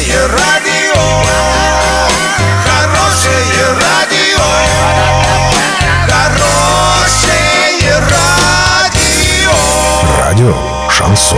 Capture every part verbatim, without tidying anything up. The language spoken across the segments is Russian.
Хорошее радио, хорошее радио, хорошее радио. Радио Шансон.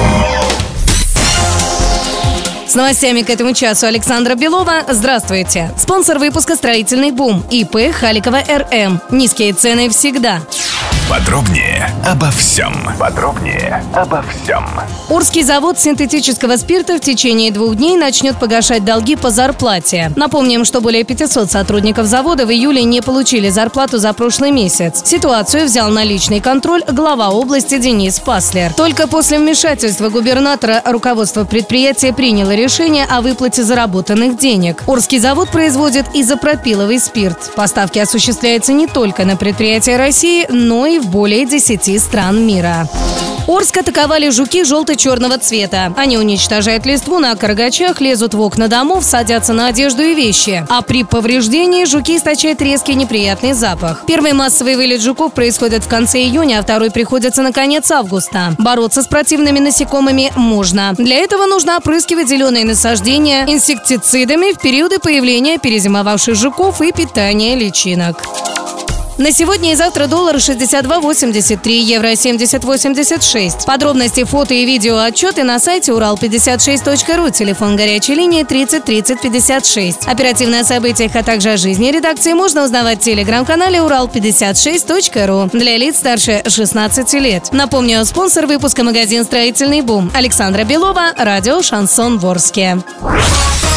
С новостями к этому часу Александра Белова. Здравствуйте. Спонсор выпуска «Строительный бум» ИП Халикова РМ. Низкие цены всегда. Подробнее обо всем. Подробнее обо всем. Орский завод синтетического спирта в течение двух дней начнет погашать долги по зарплате. Напомним, что более пятисот сотрудников завода в июле не получили зарплату за прошлый месяц. Ситуацию взял на личный контроль глава области Денис Паслер. Только после вмешательства губернатора руководство предприятия приняло решение о выплате заработанных денег. Орский завод производит изопропиловый спирт. Поставки осуществляются не только на предприятия России, но и в более десяти стран мира. Орск атаковали жуки желто-черного цвета. Они уничтожают листву на карагачах, лезут в окна домов, садятся на одежду и вещи. А при повреждении жуки источают резкий неприятный запах. Первый массовый вылет жуков происходит в конце июня, а второй приходится на конец августа. Бороться с противными насекомыми можно. Для этого нужно опрыскивать зеленые насаждения инсектицидами в периоды появления перезимовавших жуков и питания личинок. На сегодня и завтра доллар шестьдесят два восемьдесят три, евро семьдесят восемьдесят шесть. Подробности, фото и видео отчеты на сайте урал пятьдесят шесть точка ру, телефон горячей линии тридцать тридцать пятьдесят шесть. Оперативно о событиях, а также о жизни редакции можно узнавать в телеграм-канале урал пятьдесят шесть точка ру для лиц старше шестнадцати лет. Напомню, спонсор выпуска — магазин «Строительный бум». Александра Белова, радио «Шансон» в Орске.